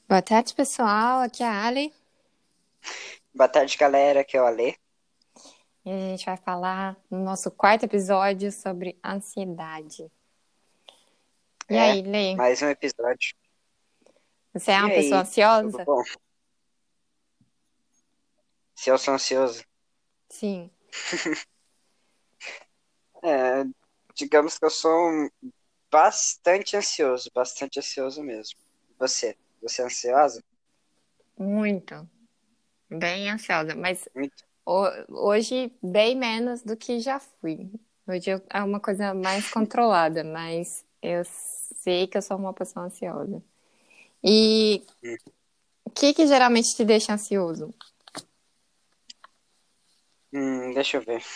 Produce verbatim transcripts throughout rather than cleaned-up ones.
Boa tarde, pessoal. Aqui é a Ali Boa tarde, galera. Aqui é o Alê. e a gente vai falar no nosso quarto episódio sobre ansiedade. E É, aí, Lê, mais um episódio. você é E uma pessoa aí, tudo ansiosa? bom? Se eu sou ansioso? Sim. É, digamos que eu sou um bastante ansioso, bastante ansioso mesmo. Você? Você é ansiosa? Muito, bem ansiosa, mas Muito. ho- hoje bem menos do que já fui. Hoje eu- é uma coisa mais controlada, mas eu sei que eu sou uma pessoa ansiosa. E Hum, o que que geralmente te deixa ansioso? hum, deixa eu ver.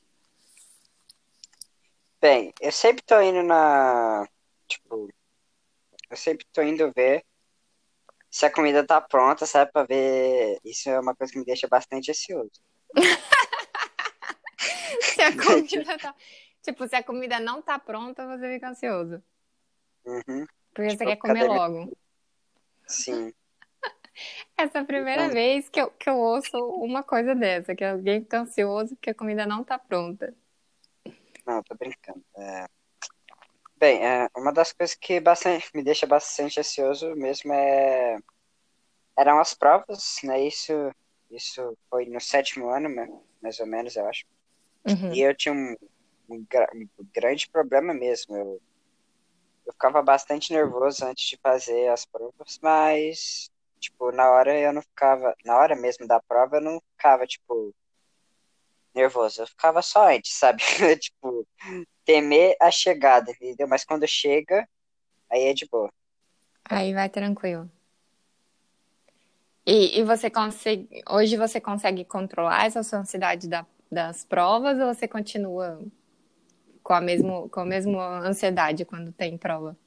Bem, eu sempre tô indo na. Tipo, eu sempre tô indo ver se a comida tá pronta, sabe? Pra ver. Isso é uma coisa que me deixa bastante ansioso. Se a Tipo, comida tá... Tipo, se a comida não tá pronta, você fica ansioso. uhum. Porque você Tipo, quer comer cadê minha. logo. Sim. Essa é a primeira Então, vez que eu, que eu ouço uma coisa dessa, que alguém fica ansioso porque a comida não tá pronta. não, tô brincando. É, bem, é, uma das coisas que bastante, me deixa bastante ansioso mesmo é, eram as provas, né? Isso, isso foi no sétimo ano, né, mais ou menos, eu acho. E Uhum. eu tinha um, um, gra- um grande problema mesmo. Eu, eu ficava bastante nervoso antes de fazer as provas, mas, tipo, na hora eu não ficava, na hora mesmo da prova eu não ficava, tipo, nervoso. Eu ficava só antes, sabe? Tipo, temer a chegada, entendeu? Mas quando chega, aí é de boa. Aí vai tranquilo. E, e você consegue, hoje você consegue controlar essa sua ansiedade da- das provas ou você continua com a mesmo, com a mesma ansiedade quando tem prova?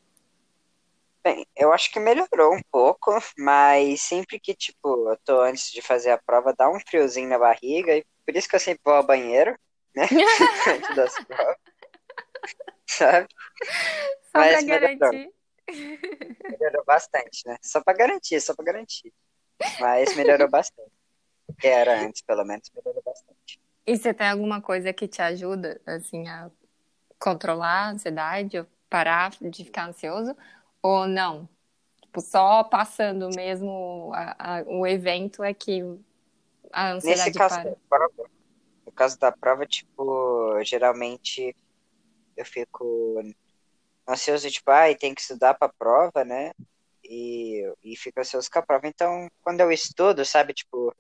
Bem, eu acho que melhorou um pouco, mas sempre que, tipo, eu tô antes de fazer a prova, dá um friozinho na barriga, e por isso que eu sempre vou ao banheiro, né? Antes das provas, sabe? Só pra Mas melhorou, garantir. melhorou bastante, né? Só pra garantir, só pra garantir. Mas melhorou bastante. O que era antes, pelo menos, melhorou bastante. E você tem alguma coisa que te ajuda, assim, a controlar a ansiedade ou parar de ficar ansioso? Ou não? Tipo, só passando mesmo a- a- o evento é que a Nesse ansiedade caso da para. prova, no caso da prova, tipo, geralmente eu fico ansioso, tipo, ai, tem que estudar pra prova, né? e, e fico ansioso com a prova. Então, quando eu estudo, sabe, tipo,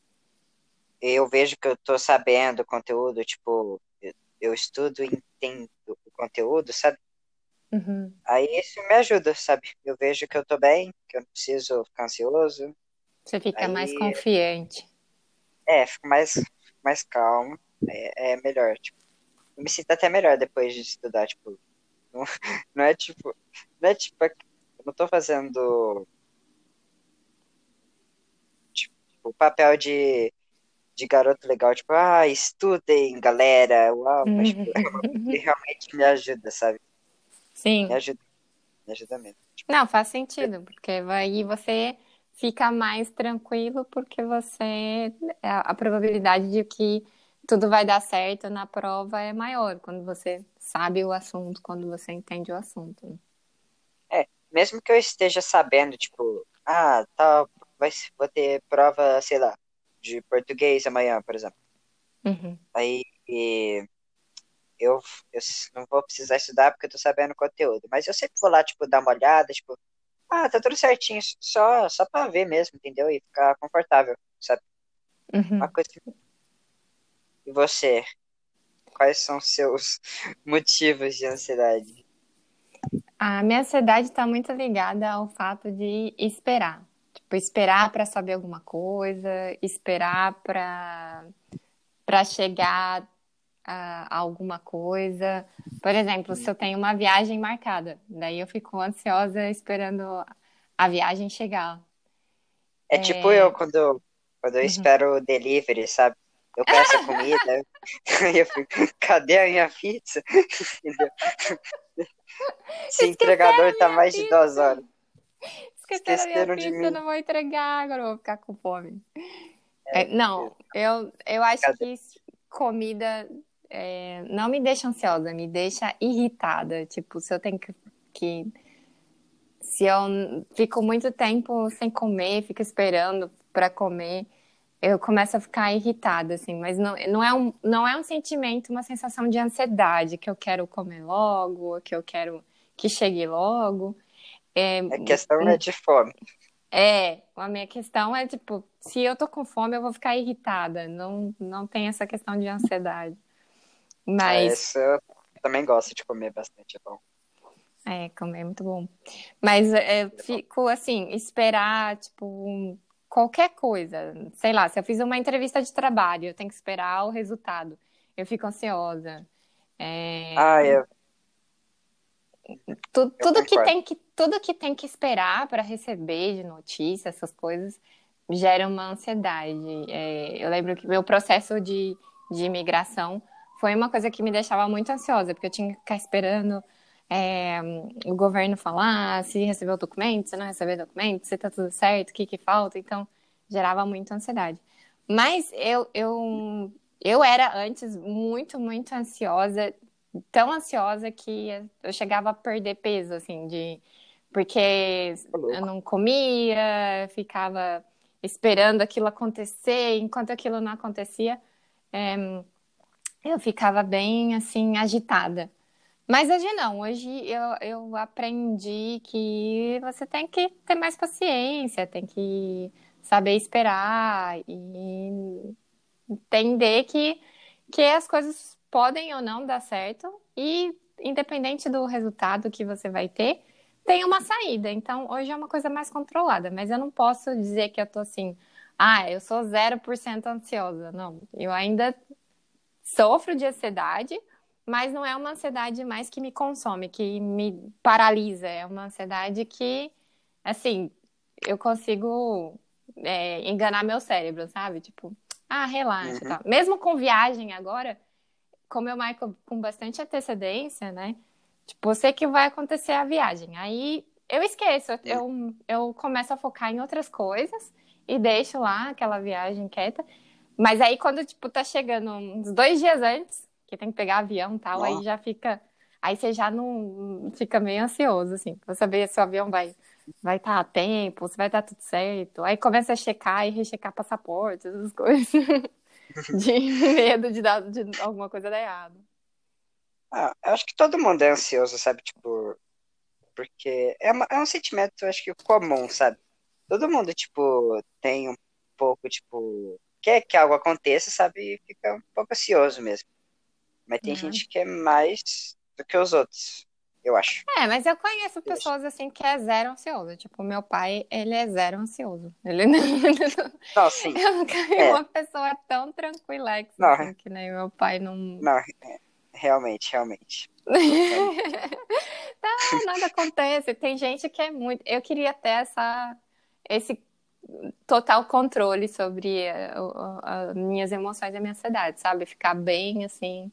eu vejo que eu tô sabendo o conteúdo, tipo, eu, eu estudo e entendo o conteúdo, sabe? Uhum. Aí isso me ajuda, sabe? Eu vejo que eu tô bem, que eu não preciso ficar ansioso. Você fica mais Aí, confiante. é, fico mais, mais calmo. É, é melhor, tipo, eu me sinto até melhor depois de estudar, tipo, não, não é tipo, não é tipo, eu não tô fazendo, tipo, o papel de de garoto legal, tipo, ah, estudem, galera, uau, mas tipo, é uma coisa que realmente me ajuda, sabe? Me Sim. ajuda, me ajuda mesmo. Tipo, Não, faz sentido, porque aí você fica mais tranquilo porque você a a probabilidade de que tudo vai dar certo na prova é maior quando você sabe o assunto, quando você entende o assunto, né? é, mesmo que eu esteja sabendo, tipo, ah, tá, vai, ser- vou ter prova, sei lá, de português amanhã, por exemplo. Uhum. Aí e eu, eu s- não vou precisar estudar porque eu tô sabendo o conteúdo, mas eu sempre vou lá, tipo, dar uma olhada, tipo, ah, tá tudo certinho, só, só pra ver mesmo, entendeu? E ficar confortável, sabe? Uma Uhum. coisa que... E você? Quais são seus motivos de ansiedade? A minha ansiedade está muito ligada ao fato de esperar. Tipo, esperar para saber alguma coisa, esperar para para chegar a, a alguma coisa. Por exemplo, se eu tenho uma viagem marcada, daí eu fico ansiosa esperando a viagem chegar. É tipo eu É, quando, eu- quando eu uhum. espero o delivery, sabe? Eu peço a comida, e eu fico, cadê a minha pizza? Entendeu? Se o Esqueceram entregador a tá minha mais de duas pizza! horas. Esqueceram a minha Esqueceram de pizza, eu mim. não vou entregar, agora eu vou ficar com fome. É, É, não, eu, eu acho cadê? que comida é, não me deixa ansiosa, me deixa irritada. Tipo, se eu tenho que, que. Se eu fico muito tempo sem comer, fico esperando pra comer, eu começo a ficar irritada, assim. Mas não, não é um, não é um sentimento, uma sensação de ansiedade, que eu quero comer logo, que eu quero que chegue logo. É, A questão é de fome. é, a minha questão é, tipo, se eu tô com fome, eu vou ficar irritada. Não, não tem essa questão de ansiedade. Ah, Mas, esse eu também gosto de comer bastante, é bom. é, comer é muito bom. Mas é, eu É bom. fico, assim, esperar, tipo, qualquer coisa. Sei lá, se eu fiz uma entrevista de trabalho, eu tenho que esperar o resultado. Eu fico ansiosa. Ah, É, eu, tu- eu tudo que concordo. tem que, tudo que tem que esperar para receber de notícia, essas coisas, gera uma ansiedade. É, eu lembro que meu processo de, de imigração foi uma coisa que me deixava muito ansiosa, porque eu tinha que ficar esperando é, o governo falar se recebeu documento, se não recebeu documento, se tá tudo certo, o que que falta. Então, gerava muita ansiedade. Mas eu, eu, eu era antes muito, muito ansiosa, tão ansiosa que eu chegava a perder peso, assim, de porque Tô eu louco. não comia, ficava esperando aquilo acontecer, enquanto aquilo não acontecia, é, eu ficava bem assim agitada. Mas hoje não, hoje eu, eu aprendi que você tem que ter mais paciência, tem que saber esperar e entender que, que as coisas podem ou não dar certo e independente do resultado que você vai ter, tem uma saída. Então, hoje é uma coisa mais controlada, mas eu não posso dizer que eu tô assim, ah, eu sou zero por cento ansiosa. Não, eu ainda sofro de ansiedade, mas não é uma ansiedade mais que me consome, que me paralisa. É uma ansiedade que, assim, eu consigo é, enganar meu cérebro, sabe? Tipo, ah, relaxa, Uhum. tá. Mesmo com viagem agora, como eu marco com bastante antecedência, né? Tipo, eu sei que vai acontecer a viagem. Aí eu esqueço, Uhum. eu, eu começo a focar em outras coisas e deixo lá aquela viagem quieta. Mas aí quando, tipo, tá chegando uns dois dias antes, que tem que pegar avião e tal, aí Nossa. já fica. Aí você já não fica meio ansioso, assim, pra saber se o avião vai vai estar a tempo, se vai estar tudo certo. Aí começa a checar e rechecar passaporte, essas coisas. De medo de dar de alguma coisa dar errado. Ah, eu acho que todo mundo é ansioso, sabe? Tipo, porque é, uma- é um sentimento, eu acho que comum, sabe? Todo mundo, tipo, tem um pouco, tipo, quer que algo aconteça, sabe? E fica um pouco ansioso mesmo. Mas tem Né? gente que é mais do que os outros, eu acho. É, mas eu conheço Eu acho. pessoas assim que é zero ansioso. Tipo, meu pai, ele é zero ansioso. Ele não... Não, sim. Eu nunca vi É, uma pessoa tão tranquilex não, assim, que nem meu pai não. não, é, realmente, realmente. Realmente. Ah, nada acontece. Tem gente que é muito. Eu queria ter essa, esse total controle sobre eh, o- as minhas emoções e a minha ansiedade, sabe? Ficar bem assim,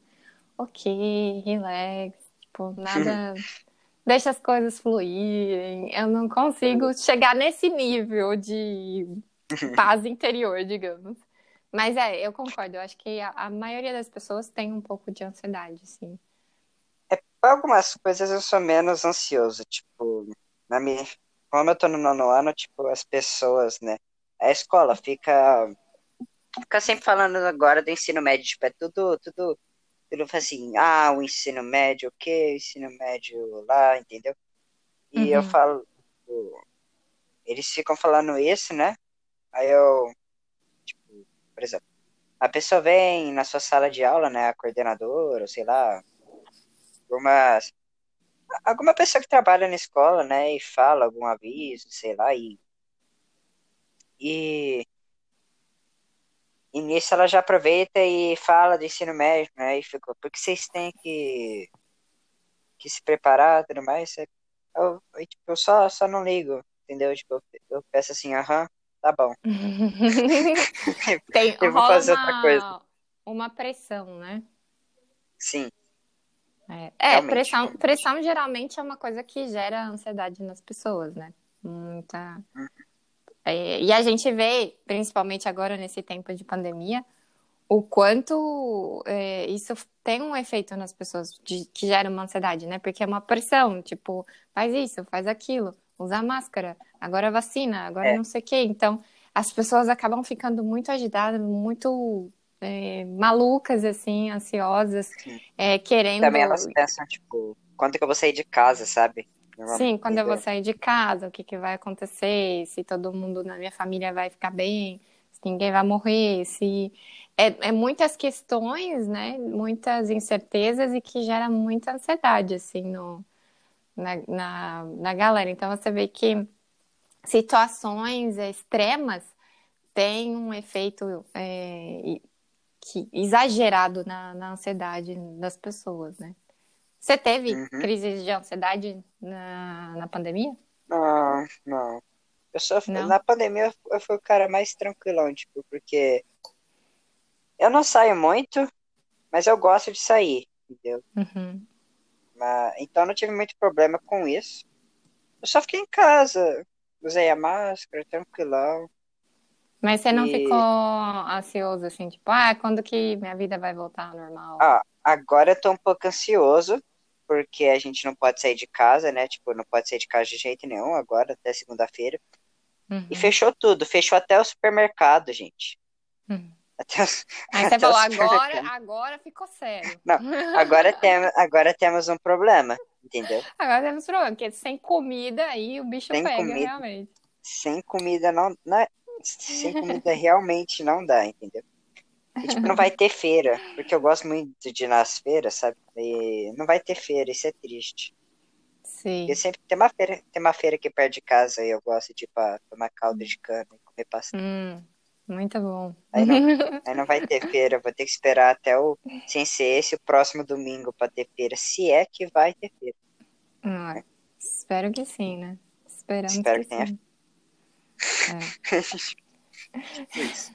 ok, relax, tipo, nada. Deixa as coisas fluírem. Eu não consigo chegar nesse nível de paz interior, digamos. Mas é, eu concordo. Eu acho que a, a maioria das pessoas tem um pouco de ansiedade, sim. Para algumas coisas eu sou menos ansioso, tipo, na minha, como eu tô no nono ano, tipo, as pessoas, né? A escola fica, fica sempre falando agora do ensino médio, tipo, é tudo, tudo, tudo assim, ah, o ensino médio, o quê? O ensino médio lá, entendeu? E eu Uhum, falo, tipo, eles ficam falando isso, né? Aí eu, tipo, por exemplo, a pessoa vem na sua sala de aula, né, a coordenadora, ou sei lá, algumas, alguma pessoa que trabalha na escola, né, e fala algum aviso, sei lá, e, e, e nisso ela já aproveita e fala do ensino médio, né, e ficou, porque vocês têm que, que se preparar e tudo mais, eu, eu, eu, tipo, eu só, só não ligo, entendeu? Tipo, eu, eu peço assim, aham, tá bom, Tem, eu vou rola fazer outra coisa. uma, uma pressão, né? Sim, É, é, realmente, pressão, realmente. pressão geralmente é uma coisa que gera ansiedade nas pessoas, né? Muita. Hum. É, e a gente vê, principalmente agora nesse tempo de pandemia, o quanto é, isso tem um efeito nas pessoas de- que gera uma ansiedade, né? Porque é uma pressão, tipo, faz isso, faz aquilo, usa máscara, agora vacina, agora É, não sei o quê. Então, as pessoas acabam ficando muito agitadas, muito é, malucas, assim, ansiosas, sim. é, Também querendo. elas pensam, tipo, quando que eu vou sair de casa, sabe? Sim, quando eu vou Normalmente. sair de casa, o que que vai acontecer, se todo mundo na minha família vai ficar bem, se ninguém vai morrer, se é, é muitas questões, né? Muitas incertezas e que gera muita ansiedade, assim, no, na, na, na galera. Então você vê que situações é, extremas têm um efeito é, e- que, exagerado na, na ansiedade das pessoas, né? Você teve Uhum. crises de ansiedade na, na pandemia? Não, não. Eu só, Não? na pandemia eu eu fui o cara mais tranquilão, tipo, porque eu não saio muito, mas eu gosto de sair, entendeu? Uhum. Mas, então eu não tive muito problema com isso. Eu só fiquei em casa, usei a máscara, tranquilão. Mas você não ficou E, ansioso assim, tipo, ah, quando que minha vida vai voltar ao normal? ah, agora eu tô um pouco ansioso, porque a gente não pode sair de casa, né? Tipo, não pode sair de casa de jeito nenhum agora, até segunda-feira. E Uhum. fechou tudo, fechou até o supermercado, gente. Uhum. Até o, Aí você até o falou, agora, supermercado. agora ficou sério. Não, agora, tem, agora temos um problema, entendeu? Agora temos problema, porque sem comida aí o bicho Sem pega comida, realmente. sem comida não, não é- sem comida realmente não dá, entendeu? E tipo, não vai ter feira, porque eu gosto muito de ir nas feiras, sabe? E não vai ter feira, isso é triste. Porque Sim. sempre tem uma feira, tem uma feira aqui perto de casa e eu gosto de ir pra tomar caldo de cana e comer pastel. Hum, muito bom. Aí não, aí não vai ter feira, vou ter que esperar até o, sem ser esse, o próximo domingo pra ter feira, se é que vai ter feira, Ah, né? espero que sim, né? Esperamos Espero que que tenha sim. É. tipo isso.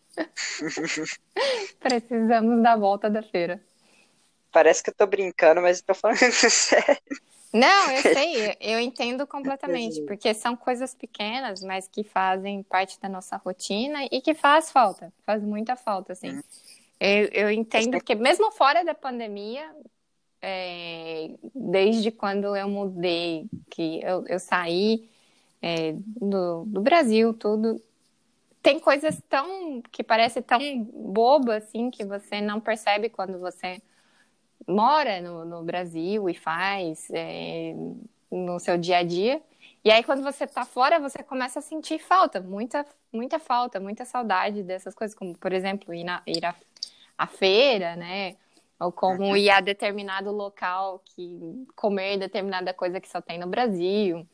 Precisamos da volta da feira. Parece que eu tô brincando, mas eu tô falando sério. Não, eu sei, eu entendo completamente, porque são coisas pequenas, mas que fazem parte da nossa rotina e que faz falta, faz muita falta, assim. Uhum. Eu, eu Eu entendo, sempre- porque mesmo fora da pandemia, é, desde quando eu mudei, que eu, eu saí, é, do, do Brasil, tudo, tem coisas tão, que parece tão boba, assim, que você não percebe quando você mora no, no Brasil e faz é, no seu dia a dia. E aí, quando você tá fora, você começa a sentir falta, muita, muita falta, muita saudade dessas coisas, como, por exemplo, ir, na, ir à, à feira, né? Ou como Uhum. ir a determinado local que comer determinada coisa que só tem no Brasil,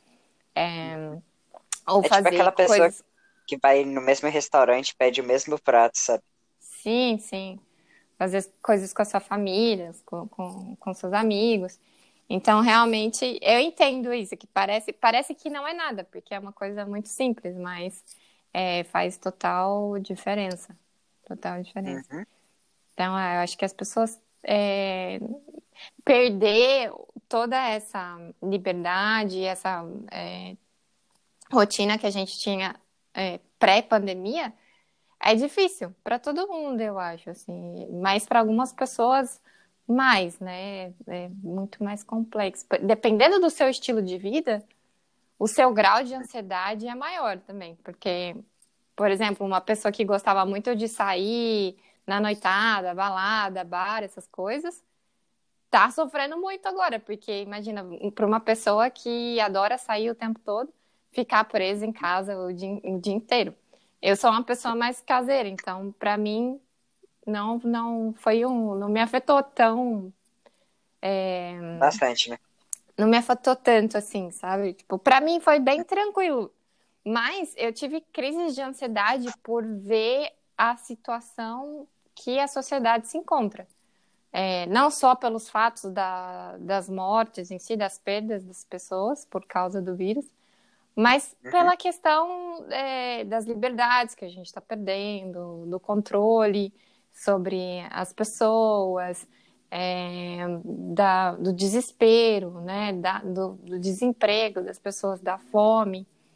ou É tipo fazer aquela pessoa coisas. que vai no mesmo restaurante e pede o mesmo prato, sabe? Sim, sim. Fazer coisas com a sua família, com, com, com seus amigos. Então, realmente, eu entendo isso, que parece, parece que não é nada, porque é uma coisa muito simples, mas é, faz total diferença. Total diferença. Uhum. Então, é, eu acho que as pessoas é, perder toda essa liberdade, essa é, rotina que a gente tinha é, pré-pandemia, é difícil para todo mundo, eu acho, assim, mas para algumas pessoas mais, né? É muito mais complexo. Dependendo do seu estilo de vida, o seu grau de ansiedade é maior também, porque, por exemplo, uma pessoa que gostava muito de sair na noitada, balada, bar, essas coisas, tá sofrendo muito agora, porque imagina, para uma pessoa que adora sair o tempo todo, ficar presa em casa o dia, o dia inteiro. Eu sou uma pessoa mais caseira, então para mim não não foi um, não me afetou tão, Bastante, né? não me afetou tanto assim, sabe? Tipo, para mim foi bem tranquilo. Mas eu tive crises de ansiedade por ver a situação que a sociedade se encontra. É, não só pelos fatos da, das mortes em si, das perdas das pessoas por causa do vírus, mas Uhum. pela questão é, das liberdades que a gente está perdendo, do controle sobre as pessoas, é, da, do desespero, né, da, do, do desemprego das pessoas, da fome.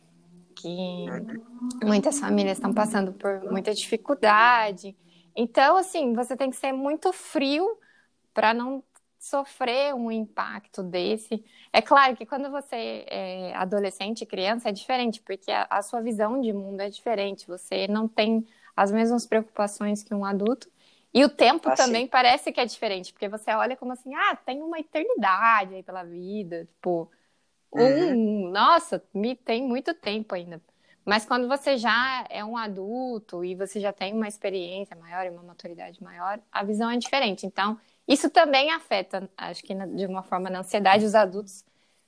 que Uhum. muitas famílias estão passando por muita dificuldade. Então, assim, você tem que ser muito frio para não sofrer um impacto desse. É claro que quando você é adolescente, criança, é diferente, porque a, a sua visão de mundo é diferente. Você não tem as mesmas preocupações que um adulto. E o tempo Assim. também parece que é diferente, porque você olha como assim, ah, tem uma eternidade aí pela vida, tipo, Uhum. um, nossa, me tem muito tempo ainda. Mas quando você já é um adulto e você já tem uma experiência maior e uma maturidade maior, a visão é diferente. Então, isso também afeta, acho que de uma forma na ansiedade, os adultos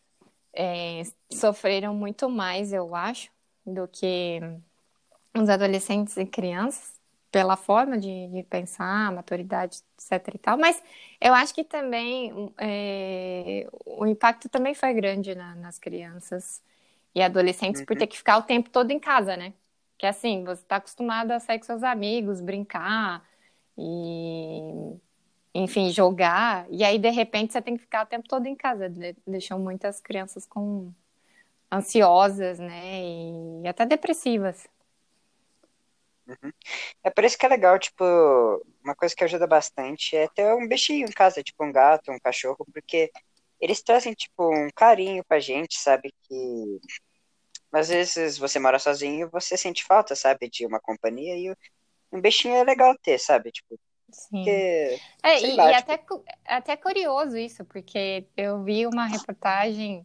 é, sofreram muito mais, eu acho, do que os adolescentes e crianças, pela forma de, de pensar, maturidade, etc e tal. Mas eu acho que também é, o impacto também foi grande na, nas crianças e adolescentes por Uhum. ter que ficar o tempo todo em casa, né? Que assim, você está acostumado a sair com seus amigos, brincar e, enfim, jogar. E aí, de repente, você tem que ficar o tempo todo em casa. De- Deixou muitas crianças com ansiosas, né? E até depressivas. Uhum. É por isso que é legal, tipo, uma coisa que ajuda bastante é ter um bichinho em casa, tipo um gato, um cachorro, porque eles trazem, tipo, um carinho pra gente, sabe? Que às vezes você mora sozinho e você sente falta, sabe? De uma companhia e um bichinho é legal ter, sabe? Tipo, Sim. porque, É, sei e, e lá, tipo, até, cu- até curioso isso, porque eu vi uma reportagem,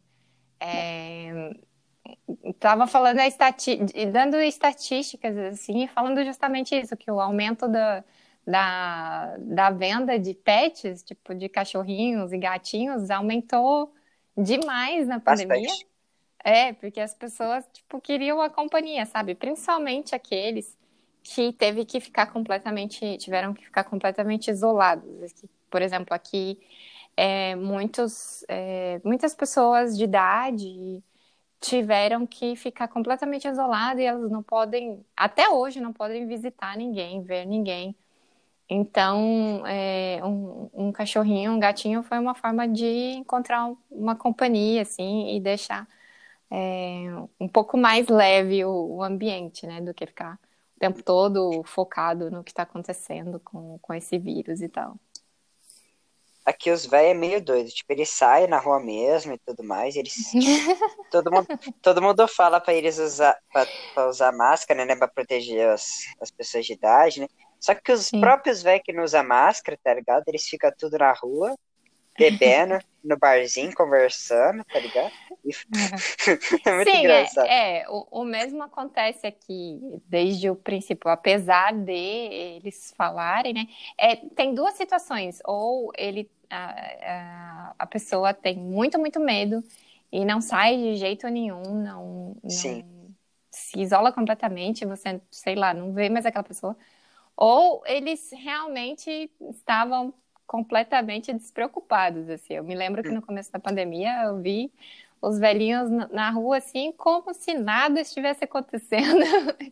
é, tava falando a estati dando estatísticas assim, e falando justamente isso, que o aumento da, da, da venda de pets, tipo de cachorrinhos e gatinhos, aumentou demais na pandemia. bastante. É, porque as pessoas, tipo, queriam a companhia, sabe? Principalmente aqueles que teve que ficar completamente, tiveram que ficar completamente isolados. Aqui, por exemplo, aqui, é, muitos, é, muitas pessoas de idade tiveram que ficar completamente isoladas e elas não podem, até hoje, não podem visitar ninguém, ver ninguém. Então, é, um, um cachorrinho, um gatinho foi uma forma de encontrar uma companhia, assim, e deixar é, um pouco mais leve o, o ambiente, né? Do que ficar o tempo todo focado no que está acontecendo com, com esse vírus e tal. Aqui os velhos é meio doido, tipo, eles saem na rua mesmo e tudo mais, eles, tipo, todo mundo, todo mundo fala pra eles usar, pra, pra usar máscara, né, pra proteger as, as pessoas de idade, né? Só que os Sim. próprios velhos que não usam máscara, tá ligado? Eles ficam tudo na rua, bebendo, no barzinho, conversando, tá ligado? E é muito Sim, é, engraçado. é o, o mesmo acontece aqui desde o princípio, apesar de eles falarem, né? É, tem duas situações, ou ele a, a, a pessoa tem muito, muito medo e não sai de jeito nenhum, não, Sim, não se isola completamente, você, sei lá, não vê mais aquela pessoa. Ou eles realmente estavam completamente despreocupados, assim. Eu me lembro que no começo da pandemia eu vi os velhinhos na na rua assim, como se nada estivesse acontecendo.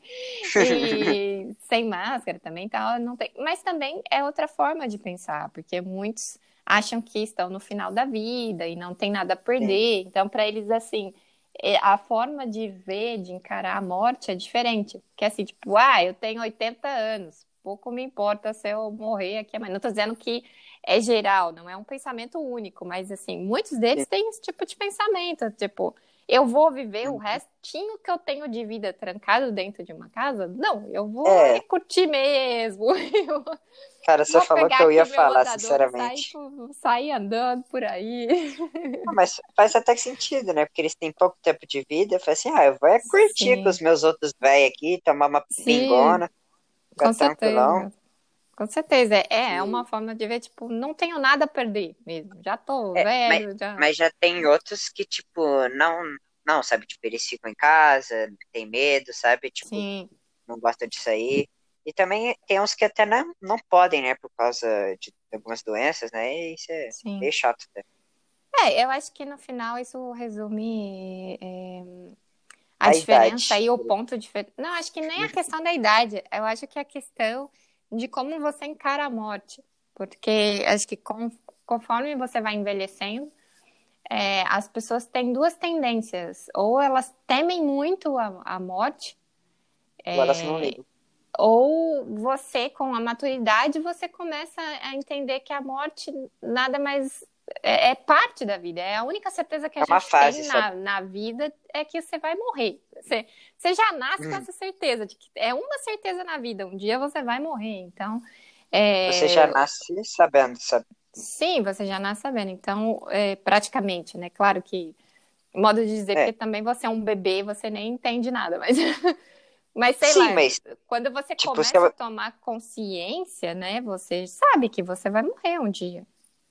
E sem máscara também, tal, não tem. Mas também é outra forma de pensar, porque muitos acham que estão no final da vida e não tem nada a sim, perder. Então, para eles assim, é, a forma de ver, de encarar a morte é diferente. Que é assim, tipo, ah, eu tenho oitenta anos, pouco me importa se eu morrer aqui amanhã. Não estou dizendo que é geral, não é um pensamento único, mas assim, muitos sim. deles têm esse tipo de pensamento, tipo, eu vou viver o Uhum. restinho que eu tenho de vida trancado dentro de uma casa? Não, eu vou é É, curtir mesmo. Eu cara, você vou falou pegar que eu ia aqui meu falar, andador e sair, sinceramente. sair andando por aí. Ah, mas faz até sentido, né? Porque eles têm pouco tempo de vida. Eu falei assim, ah, eu vou é curtir com os Sim, meus outros velhos aqui, tomar uma sim, pingona, ficar com tranquilão. certeza. Com certeza, é, é uma E, forma de ver, tipo, não tenho nada a perder mesmo. Já tô é, mas, velho, já. mas já tem outros que, tipo, não, não, sabe? Tipo, eles ficam em casa, tem medo, sabe? Tipo, Sim, não gostam de sair. E também tem uns que até não, não podem, né? Por causa de algumas doenças, né? E isso é sim. meio chato, até. É, eu acho que no final isso resume é, a A diferença idade. e o ponto diferente. Não, acho que nem a questão da idade. Eu acho que é a questão de como você encara a morte. Porque acho que com- conforme você vai envelhecendo, é, as pessoas têm duas tendências. Ou elas temem muito a, a morte, Ou elas não é, ligam. ou você, com a maturidade, você começa a entender que a morte nada mais é, é parte da vida. É a única certeza que a É uma gente tem fase, sabe? na, na vida é que você vai morrer. Você, você já nasce com Uhum. essa certeza de que é uma certeza na vida. Um dia você vai morrer. Então, Você já é, nasce sabendo, sabe? sim, você já nasce sabendo. Então, é, praticamente, né? Claro que, modo de dizer, É. porque também você é um bebê, você nem entende nada, mas mas sei Sim, lá, mas, quando você tipo, se começa a ela... tomar consciência, né, você sabe que você vai morrer um dia.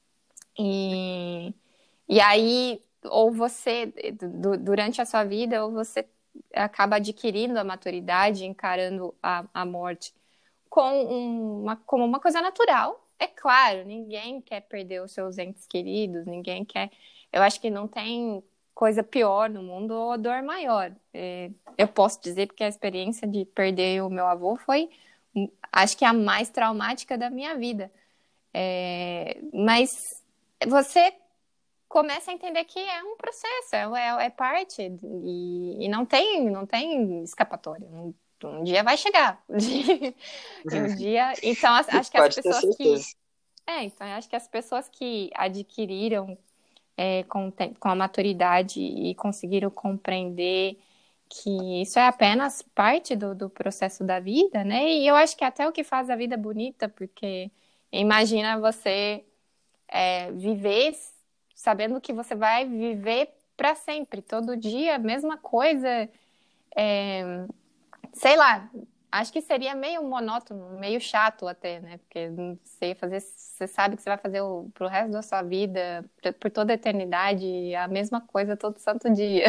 E, e aí, ou você, du- durante a sua vida, ou você acaba adquirindo a maturidade, encarando a, a morte com uma, como uma coisa natural. É claro, ninguém quer perder os seus entes queridos, ninguém quer. Eu acho que não tem coisa pior no mundo ou dor maior. É, eu posso dizer porque a experiência de perder o meu avô foi, hum, acho que a mais traumática da minha vida. É, mas você começa a entender que é um processo, é, é, é parte e, e não tem, não tem escapatória. Um, um dia vai chegar. E um dia, então as- acho que as Pode ter pessoas certeza. que, é, então eu acho que as pessoas que adquiriram é, com, o tem- com a maturidade e conseguiram compreender que isso é apenas parte do, do processo da vida, né? E eu acho que até o que faz a vida bonita, porque imagina você é, viver sabendo que você vai viver para sempre, todo dia, a mesma coisa, sei lá. Acho que seria meio monótono, meio chato até, né? Porque você ia fazer, você sabe que você vai fazer o, pro resto da sua vida, por por toda a eternidade, a mesma coisa todo santo dia.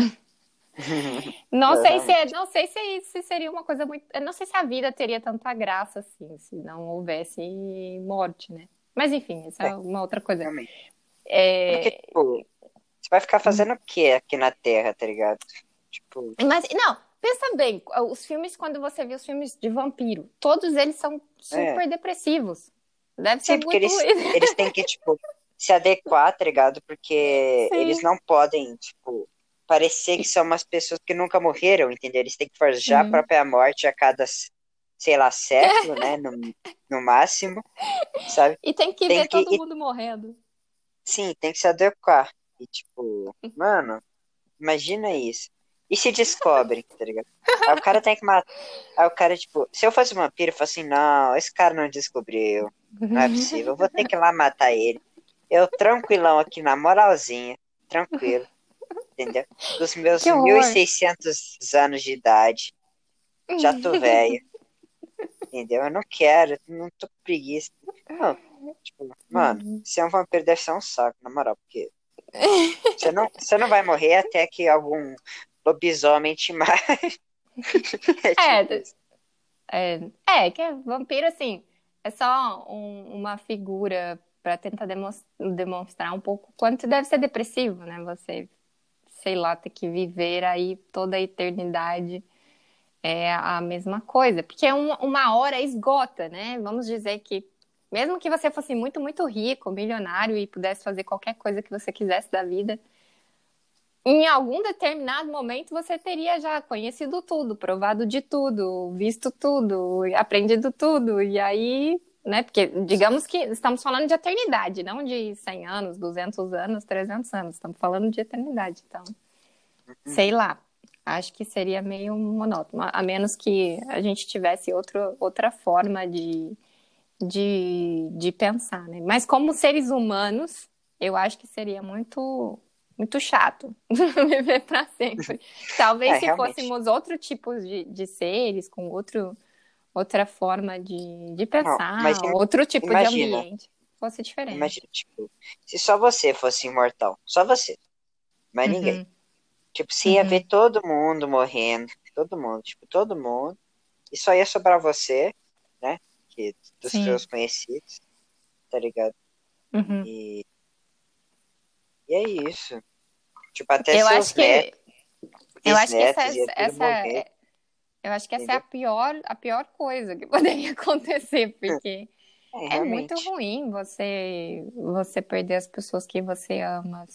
Não É, sei se, é- realmente. não sei se, se seria uma coisa muito, eu não sei se a vida teria tanta graça assim, se não houvesse morte, né? Mas enfim, essa É, é uma outra coisa. realmente. É porque, É, tipo, você vai ficar fazendo o quê aqui na Terra, tá ligado? Tipo, mas, não, pensa bem, os filmes, quando você vê os filmes de vampiro, todos eles são é. super depressivos. Deve ser Sim, porque muito. eles, eles têm que, tipo, se adequar, tá ligado? Porque eles Sim. não podem, tipo, parecer que são umas pessoas que nunca morreram, entendeu? Eles têm que forjar a Sim. própria morte a cada, sei lá, século, né? No, no máximo, sabe? E tem que Tem ver que, todo e, mundo morrendo. sim, tem que se adequar. E, tipo, mano, imagina isso. E se descobrem, tá ligado? Aí o cara tem que matar. Aí o cara, tipo, se eu fosse um vampiro, eu fosse assim, não, esse cara não descobriu. Não é possível, eu vou ter que ir lá matar ele. Eu tranquilão aqui, na moralzinha, tranquilo, entendeu? Com os meus Que mil e horror. seiscentos anos de idade, já tô velho, entendeu? Eu não quero, não tô com preguiça. Não, tipo, mano, ser um vampiro deve ser um saco, na moral, porque você não, você não vai morrer até que algum lobisomem te mate. É tipo É, isso. é, é, que é vampiro, assim, é só um- uma figura para tentar demos- demonstrar um pouco o quanto deve ser depressivo, né? Você, sei lá, ter que viver aí toda a eternidade é a mesma coisa, porque um- uma hora esgota, né? Vamos dizer que mesmo que você fosse muito, muito rico, milionário e pudesse fazer qualquer coisa que você quisesse da vida, em algum determinado momento você teria já conhecido tudo, provado de tudo, visto tudo, aprendido tudo, e aí, né? Porque digamos que estamos falando de eternidade, não de cem anos, duzentos anos, trezentos anos, estamos falando de eternidade, então. Sei Uhum. lá. Acho que seria meio monótono, a menos que a gente tivesse outro, outra forma de, de, de pensar, né? Mas como seres humanos, eu acho que seria muito, muito chato viver para sempre. É, Talvez se realmente. fôssemos outro tipo de, de seres, com outro, outra forma de, de Não, mas pensar, im- outro tipo de imagina, ambiente, fosse diferente. imagina, tipo, se só você fosse imortal, só você, mas ninguém. Uhum, Tipo, você ia ver uhum, todo mundo morrendo, todo mundo, tipo, todo mundo, e só ia sobrar você, né? Que dos sim. seus conhecidos, tá ligado? Uhum. E, e é isso. Tipo, até Eu acho seus netos, que Eu acho que essa, bisnetos, ia tudo essa, morrer, é- eu acho que essa é a entendeu? pior, a pior coisa que poderia acontecer, porque É, é muito realmente. ruim você, você perder as pessoas que você ama, assim.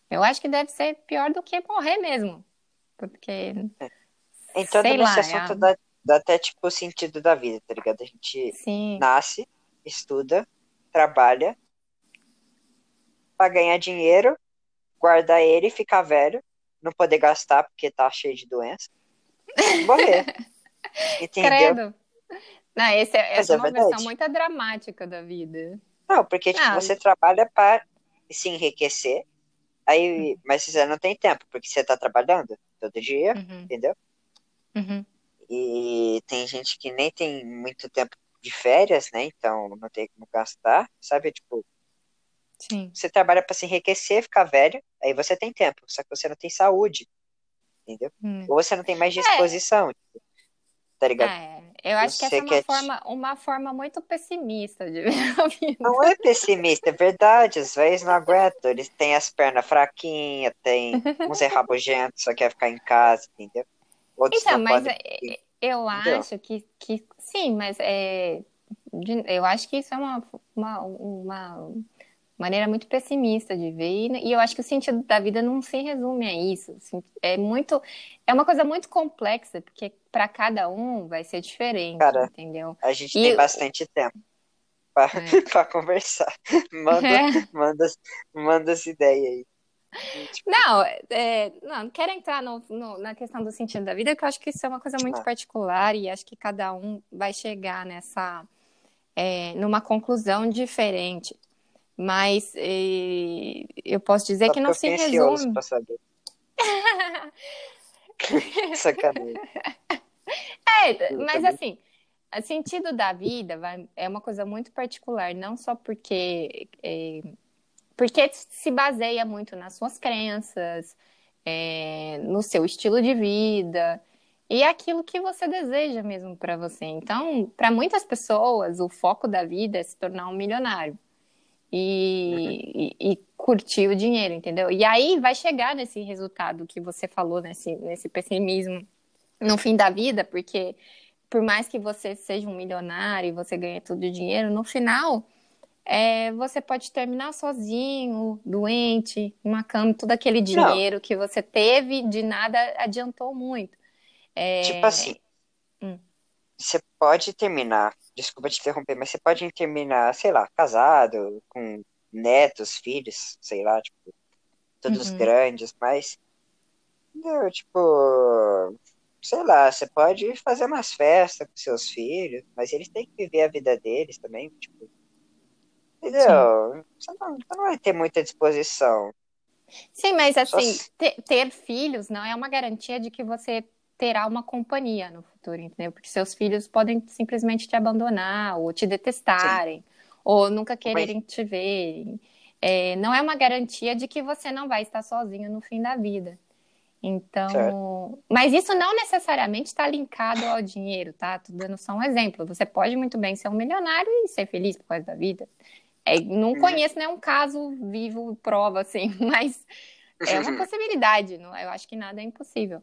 Eu acho que deve ser pior do que morrer mesmo. Porque, Entrando sei nesse lá, é assunto a- dá, dá até tipo o sentido da vida, tá ligado? A gente sim, nasce, estuda, trabalha pra ganhar dinheiro, guardar ele, ficar velho, não poder gastar porque tá cheio de doença e morrer, entendeu? credo. Não, esse é- Mas essa é é uma versão verdade. muito dramática da vida. Não, porque tipo, Ah, você trabalha para se enriquecer, aí, mas você não tem tempo, porque você tá trabalhando todo dia, uhum, entendeu? uhum, E tem gente que nem tem muito tempo de férias, né? Então não tem como gastar, sabe? Tipo, sim. você trabalha para se enriquecer, ficar velho, aí você tem tempo, só que você não tem saúde, entendeu? Hum. Ou você não tem mais É, disposição, tá ligado? é, eu acho que essa Você é uma quer. te- forma, uma forma muito pessimista de ver a Não vida. é pessimista, é verdade. Os velhos não aguentam. Eles têm as pernas fraquinhas, tem uns é rabugento, só quer ficar em casa, entendeu? Outros Então, não mas podem, é, é, eu entendeu? acho que, que sim, mas é, de- eu acho que isso é uma, uma, uma maneira muito pessimista de ver, e, e eu acho que o sentido da vida não se resume a isso. Assim, é muito, é uma coisa muito complexa, porque para cada um vai ser diferente, Cara, entendeu? a gente tem E bastante tempo pra, é, pra conversar. Manda, manda, as- manda as ideias aí. E, tipo, não, é, não, não quero entrar no- no- na questão do sentido da vida, porque eu acho que isso é uma coisa muito ah, particular e acho que cada um vai chegar nessa, é, numa conclusão diferente. Mas eh, eu posso dizer só que porque não eu se fiquei ansioso resume. pra saber. Sacanagem. É, Eu mas também. assim, o sentido da vida vai- é uma coisa muito particular, não só porque, eh, porque se baseia muito nas suas crenças, eh, no seu estilo de vida e aquilo que você deseja mesmo para você. Então, para muitas pessoas, o foco da vida é se tornar um milionário. Uhum. e, e, e curtir o dinheiro, entendeu? E aí vai chegar nesse resultado que você falou, nesse, nesse pessimismo no fim da vida, porque por mais que você seja um milionário e você ganhe todo o dinheiro, no final é, você pode terminar sozinho, doente, numa cama, todo aquele Não, dinheiro que você teve de nada adiantou muito. tipo assim, É, hum, você pode terminar, desculpa te interromper, mas você pode terminar, sei lá, casado, com netos, filhos, sei lá, tipo, todos uhum. grandes, mas, entendeu? Tipo, sei lá, você pode fazer umas festas com seus filhos, mas eles têm que viver a vida deles também, tipo, Sim. entendeu? Você não, você não vai ter muita disposição. Sim, mas Só assim, se- te- ter filhos não é uma garantia de que você terá uma companhia no futuro, entendeu? Porque seus filhos podem simplesmente te abandonar, ou te sim, detestarem, ou nunca mas, quererem te ver. É, não é uma garantia de que você não vai estar sozinho no fim da vida. certo? Então, mas isso não necessariamente está linkado ao dinheiro, tá? Tô dando só um exemplo. Você pode muito bem ser um milionário e ser feliz por causa da vida. É, não Uhum. conheço nenhum caso vivo, prova, assim, mas é uma possibilidade, não? Eu acho que nada é impossível.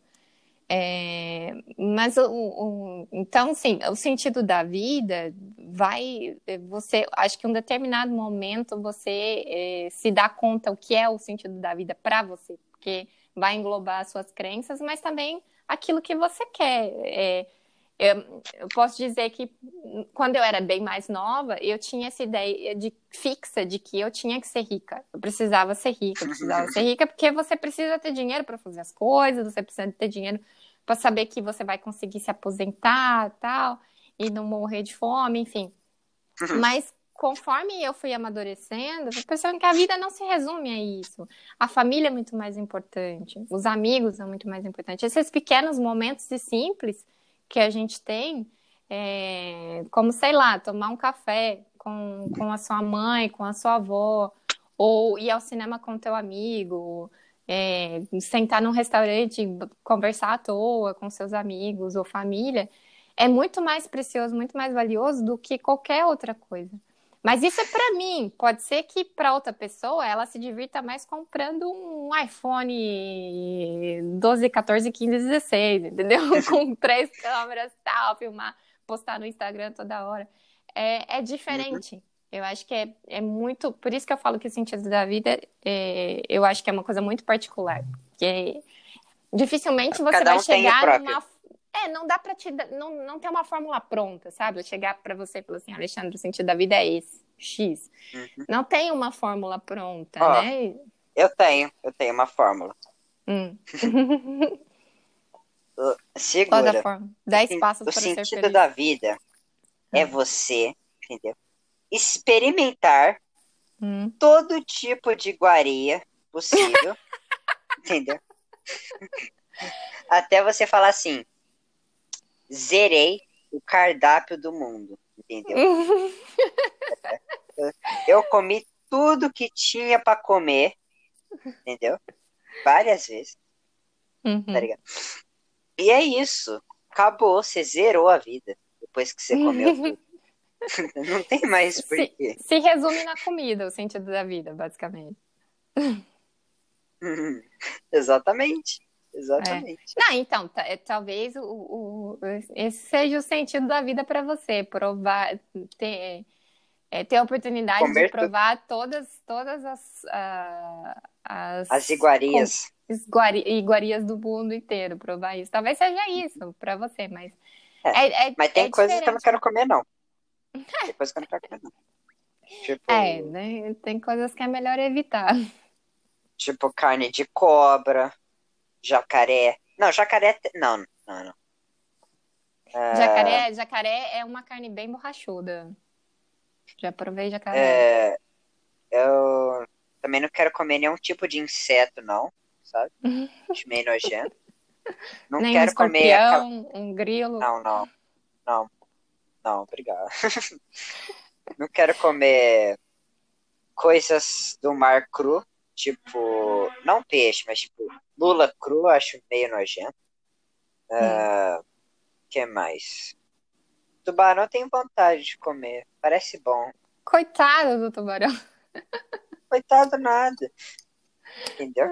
É, mas o, o- então, sim, o sentido da vida vai, você, acho que em um determinado momento você é, se dá conta o que é o sentido da vida para você, porque vai englobar as suas crenças, mas também aquilo que você quer. É, eu, eu posso dizer que quando eu era bem mais nova, eu tinha essa ideia de fixa de que eu tinha que ser rica. Eu precisava ser rica, eu precisava ser rica, porque você precisa ter dinheiro para fazer as coisas, você precisa ter dinheiro para saber que você vai conseguir se aposentar, tal, e não morrer de fome, enfim. Mas conforme eu fui amadurecendo, eu fui percebendo que a vida não se resume a isso. A família é muito mais importante, os amigos são muito mais importantes. Esses pequenos momentos e simples que a gente tem, é, como, sei lá, tomar um café com, com a sua mãe, com a sua avó, ou ir ao cinema com o teu amigo, é, sentar num restaurante, e conversar à toa com seus amigos ou família, é muito mais precioso, muito mais valioso do que qualquer outra coisa. Mas isso é para mim. Pode ser que para outra pessoa ela se divirta mais comprando um iPhone doze, quatorze, quinze, dezesseis, entendeu? Com três câmeras, tal, filmar, postar no Instagram toda hora. É, é Uhum. diferente. Eu acho que é, é muito. Por isso que eu falo que o sentido da vida, é, eu acho que é uma coisa muito particular. Porque dificilmente você Cada vai um tem o chegar próprio. numa. É, não dá pra te. dar- Não, não tem uma fórmula pronta, sabe? Eu chegar pra você e falar assim, Alexandre, o sentido da vida é esse, X. Uhum. Não tem uma fórmula pronta, Ó, né? eu tenho, eu tenho uma fórmula. Hum. Uh, Qual da Segura. fórmula? O, Dez sen- passos o para ser sentido feliz. da vida é Hum. você, entendeu? Experimentar Hum. todo tipo de iguaria possível, entendeu? Até você falar assim, zerei o cardápio do mundo, entendeu? Eu, eu comi tudo que tinha pra comer, entendeu? Várias vezes, tá Uhum. ligado? E é isso. Acabou, você zerou a vida depois que você comeu tudo. Não tem mais Se, porquê. se resume na comida, o sentido da vida, basicamente. Exatamente. É. Exatamente. Não, então, ta- é, talvez o, o- esse seja o sentido da vida para você, provar, ter, é, ter a oportunidade de Comer tudo. provar todas, todas as, ah, As as com- iguarias. iguari- iguarias do mundo inteiro, provar isso. Talvez seja isso para você, mas É. é, é, Mas é tem coisas que eu não diferente. quero comer, não. Tem coisas que eu não quero comer, não. É, Tipo, né? Tem coisas que é melhor evitar. tipo carne de cobra, jacaré. Não, jacaré. te- Não, não, não. Jacaré, jacaré é uma carne bem borrachuda. Já provei jacaré. É, eu também não quero comer nenhum tipo de inseto, não, sabe? Acho meio nojento. Não Nem um quero comer aquela. escorpião, um grilo. Não, não, não, não, obrigado. Não quero comer coisas do mar cru, tipo, não peixe, mas tipo, lula cru, acho meio nojento. Hum. O que mais? Tubarão eu tenho vontade de comer, parece bom. Coitado do tubarão. Coitado nada, entendeu?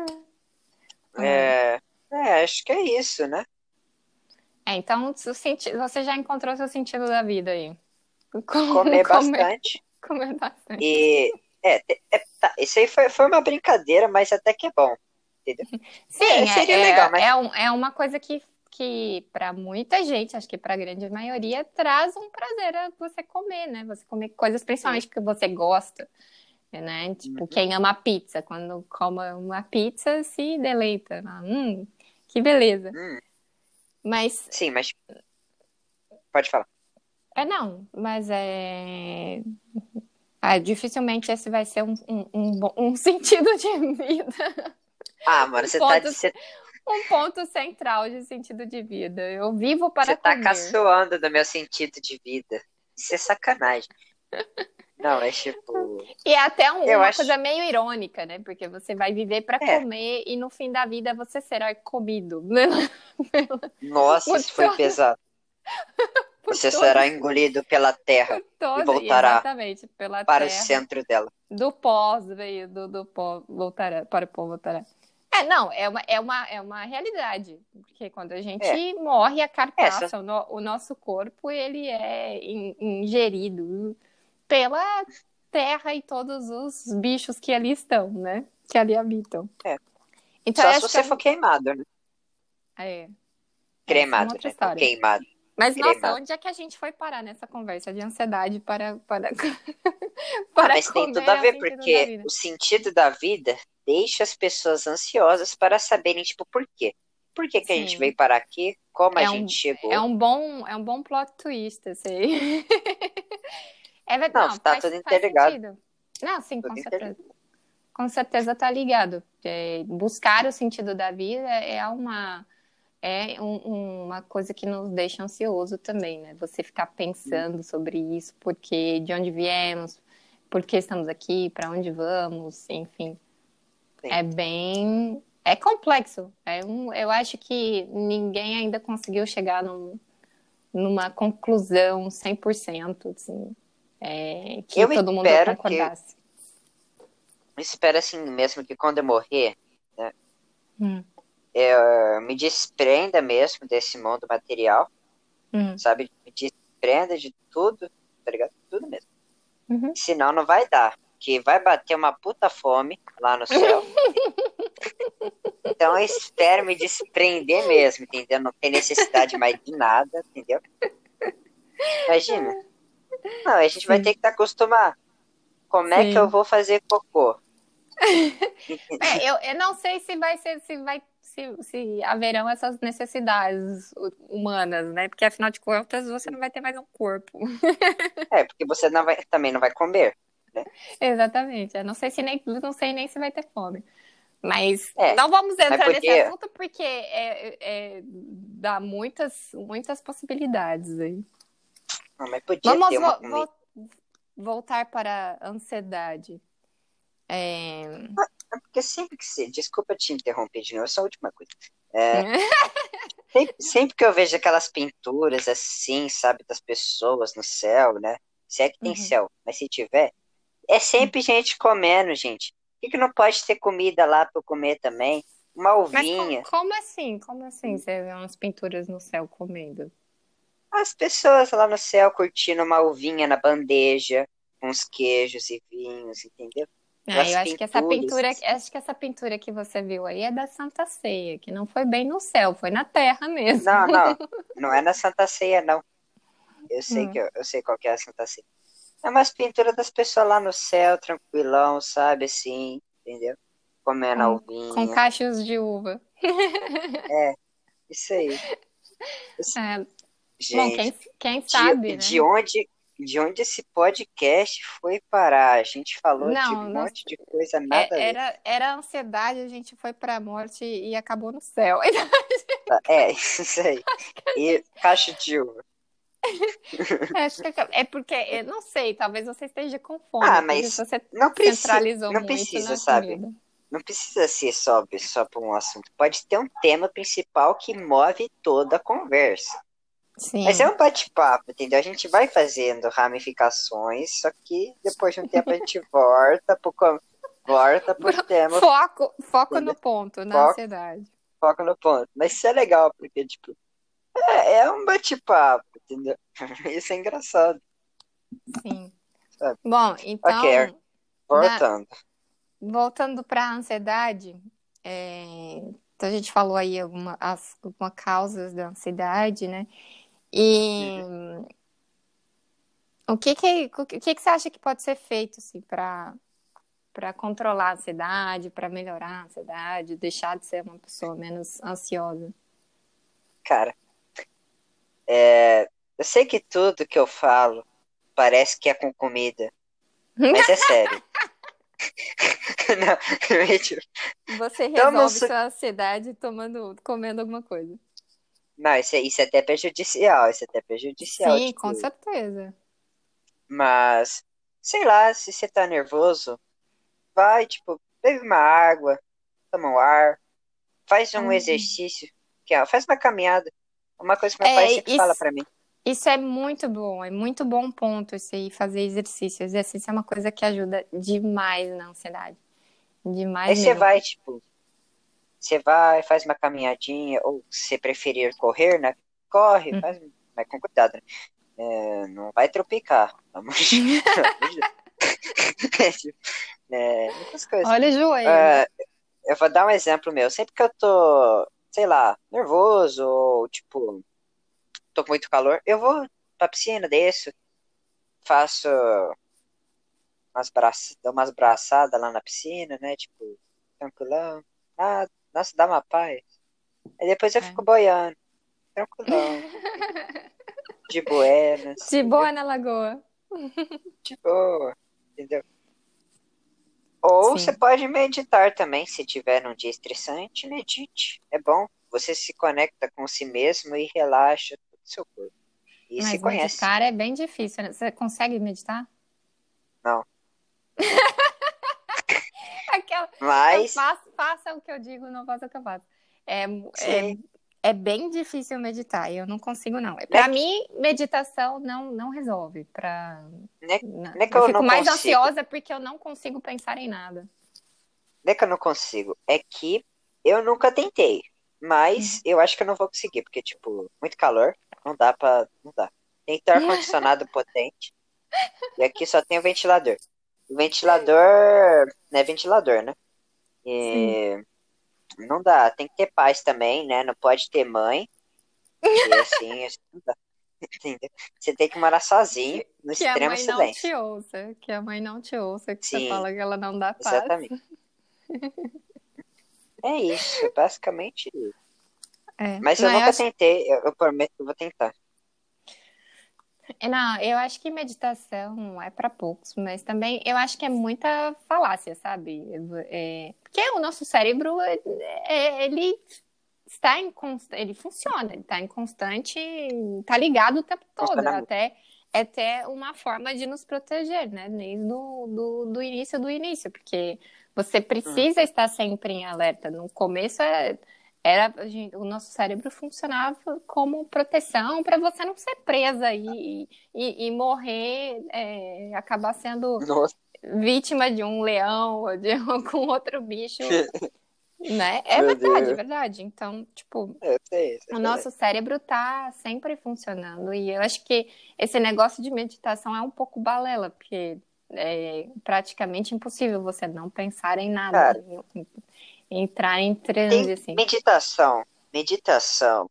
É. É, é, acho que é isso, né? É, então o senti- você já encontrou seu sentido da vida aí. Com- Comer Comer, bastante. comer bastante. E é, te- é, tá, isso aí foi, foi uma brincadeira, mas até que é bom, entendeu? É, Sim, seria é, legal, é, mas é, um- é uma coisa que, que para muita gente, acho que para a grande maioria, traz um prazer a você comer, né? Você comer coisas sim. principalmente que você gosta. Né? Tipo, Uhum. quem ama pizza, quando come uma pizza, se deleita. Fala, Hum, que beleza. Hum, Mas, sim, mas pode falar. é não, mas é... Ah, dificilmente esse vai ser um, um, um, bom- um sentido de vida. Ah, mano, Um você tá, ponto, você, um ponto central de sentido de vida. Eu vivo você para tá comer. caçoando do meu sentido de vida. Isso é sacanagem. Não, é tipo, E é até um- eu uma acho, coisa meio irônica, né? Porque você vai viver para é, comer e no fim da vida você será comido nossa, por, isso foi to- pesado. por Você será todos. engolido pela terra e Toda, e voltará exatamente, pela para o terra, centro dela. do pós veio, do, do pó voltará, para o pó voltará. É, não, é uma, é uma, é uma realidade, porque quando a É, gente morre, a essa, carcaça, o, no- o nosso corpo, ele é in- ingerido pela terra e todos os bichos que ali estão, né? Que ali habitam. é. Então, eu Só se acho que é você for um... queimado, né? É, essa é uma Cremado, outra né? Não história. queimado, Mas, nossa, cremado. onde é que a gente foi parar nessa conversa de ansiedade para, para, Ah, para mas tem tudo a comer é o ver, sentido da porque vida? o sentido da vida deixa as pessoas ansiosas para saberem, tipo, por quê? Por que que a gente veio Sim, parar aqui? Como a é gente um, é chegou? um bom, é um bom plot twist, esse aí. É verdade, Não, não, tá faz, tudo faz interligado, sentido. Não, sim, com tudo certeza. interligado. Com certeza tá ligado. É, buscar o sentido da vida é uma, é um- uma coisa que nos deixa ansioso também, né? Você ficar pensando sobre isso, porque de onde viemos, por que estamos aqui, para onde vamos, enfim. Sim. É bem. É complexo. É um, eu acho que ninguém ainda conseguiu chegar num, numa conclusão cem por cento, assim, é, que Eu todo mundo espero que, concordasse. espero assim mesmo que quando eu morrer, né, Hum, eu me desprenda mesmo desse mundo material, hum, sabe? Me desprenda de tudo, tá ligado? Tudo mesmo. Uhum. Senão não vai dar. Que vai bater uma puta fome lá no céu. Então eu espero me desprender mesmo, entendeu? Não tem necessidade mais de nada, entendeu? Imagina. Não, a gente vai ter Sim, que estar acostumar. Como é que eu sim. vou fazer cocô? É, eu, eu não sei se vai ser, se vai, se, se haverão essas necessidades hu- humanas, né? Porque afinal de contas você não vai ter mais um corpo. É, porque você não vai, também não vai comer, né? Exatamente. Eu não sei se nem, não sei nem se vai ter fome. Mas É, não vamos mas entrar nesse podia. assunto porque é, é- dá muitas, muitas possibilidades aí. Não, mas podia ter Vamos uma vo- comida. vo- voltar para a ansiedade. É... É porque sempre que se. Desculpa te interromper de novo, só a última coisa. É, sempre, sempre que eu vejo aquelas pinturas assim, sabe, das pessoas no céu, né? Se é que tem Uhum. céu, mas se tiver, é sempre gente comendo, gente. Por que que não pode ter comida lá para eu comer também? Uma Mas co- uvinha. como assim? Como assim você vê umas pinturas no céu comendo? As pessoas lá no céu curtindo uma uvinha na bandeja, com uns queijos e vinhos, entendeu? Ah, eu Aquelas acho que essa pinturas. pintura, acho que essa pintura que você viu aí é da Santa Ceia, que não foi bem no céu, foi na terra mesmo. Não, não. Não é na Santa Ceia, não. Eu sei que Hum. eu, eu sei qual que é a Santa Ceia. É umas pinturas das pessoas lá no céu, tranquilão, sabe, assim, entendeu? Comendo a Com, com uvinha. cachos de uva. É, isso aí. Isso- É, bom, quem, Gente, quem de, sabe, de né? onde, de onde esse podcast foi parar? A gente falou de Não, um nós, monte de coisa nada a é- ver. era, era ansiedade, a gente foi pra morte e acabou no céu. Tá, é, isso aí. E caixa de uva. Acho que é porque, eu não sei, talvez você esteja com Ah, fome, por isso mas você não precisa, centralizou não muito precisa, na sabe? comida. Não precisa ser só, só por um assunto. Pode ter um tema principal que move toda a conversa. Mas é Sim. um bate-papo, entendeu? A gente vai fazendo ramificações, só que depois de um tempo a gente volta pro, co- volta pro tema, Foco, foco no entendeu? ponto, na Foco, ansiedade. foco no ponto. Mas isso é legal, porque, tipo, é, é um bate-papo, entendeu? Isso é engraçado, Sim. sabe? Bom, Ok, então, na, voltando. voltando para a ansiedade, é, então a gente falou aí alguma, as, algumas causas da ansiedade, né? E Uhum. o que que, o que que você acha que pode ser feito, assim, para para controlar a ansiedade, para melhorar a ansiedade, deixar de ser uma pessoa menos ansiosa? Cara, é, eu sei que tudo que eu falo parece que é com comida, mas é sério. Não, mentira. Você Toma um resolve suco. sua ansiedade tomando, comendo alguma coisa. Não, isso, é- isso é até prejudicial, isso é até prejudicial, Sim, com tipo. certeza. Mas, sei lá, se você tá nervoso, vai, tipo, bebe uma água, toma um ar, faz um Hum. exercício, que, ó, faz uma caminhada. Uma coisa que meu pai É, sempre fala isso, pra mim. isso é muito bom, é muito bom ponto isso aí, fazer exercício. Exercício é uma coisa que ajuda demais na ansiedade. Aí Demais você mesmo. vai, tipo, você vai, faz uma caminhadinha, ou se preferir correr, né? Corre, Hum. faz, mas com cuidado, né? É, não vai tropicar, pelo amor de pelo amor de Deus. É, muitas coisas. Olha o joelho. Ah, eu vou dar um exemplo meu. Sempre que eu tô, sei lá, nervoso ou, tipo, tô com muito calor, eu vou pra piscina, desço, faço umas braças, dou umas braçadas lá na piscina, né? Tipo, tranquilão. Ah, nossa, dá uma paz. Aí depois eu fico É. boiando, tranquilão, entendeu? De buenas, De entendeu? boa na lagoa. De boa, entendeu? Ou você Sim. pode meditar também, se tiver num dia estressante, medite. É bom. Você se conecta com si mesmo e relaxa todo o seu corpo. E se Mas conhece. meditar é bem difícil, né? Você consegue meditar? Não. Aquela, eu Mas, faço, faça o que eu digo, não faça o que eu faço. É, é, sim. é bem difícil meditar, eu não consigo, não. Não é Para que, mim, meditação não, não resolve. Pra... não é, não. não é que Eu eu fico não mais consigo. ansiosa porque eu não consigo pensar em nada. Não é que eu não consigo. É que eu nunca tentei. Mas eu acho que eu não vou conseguir. Porque, tipo, muito calor. Não dá pra. Não dá. Tem que ter ar-condicionado potente. E aqui só tem o ventilador. O ventilador não é ventilador, né? Sim. E não dá, tem que ter paz também, né? Não pode ter mãe, que assim, assim não dá, entendeu? Você tem que morar sozinho, no Que a extremo mãe não te silêncio. ouça, que a mãe não te ouça, que você Sim, fala que ela não dá paz. exatamente. É isso, basicamente isso. É, Mas eu não, eu nunca acho, tentei, eu, eu prometo que eu vou tentar. não, eu acho que meditação é para poucos, mas também eu acho que é muita falácia, sabe? É, porque o nosso cérebro, é- é- ele está em constante, ele funciona, ele está em constante, está ligado o tempo todo, Funciona muito. até é até uma forma de nos proteger, né? Desde do, do, do início do início, porque você Hum. precisa estar sempre em alerta. No começo é, era a gente- o nosso cérebro funcionava como proteção para você não ser presa e, e, e morrer, é, acabar sendo Nossa, vítima de um leão ou de algum outro bicho, né? É meu verdade, é Deus. verdade. Então, tipo, Eu sei, o eu sei. nosso cérebro tá sempre funcionando. E eu acho que esse negócio de meditação é um pouco balela, porque é praticamente impossível você não pensar em nada, Cara, em- entrar em tem transe, assim. meditação. Meditação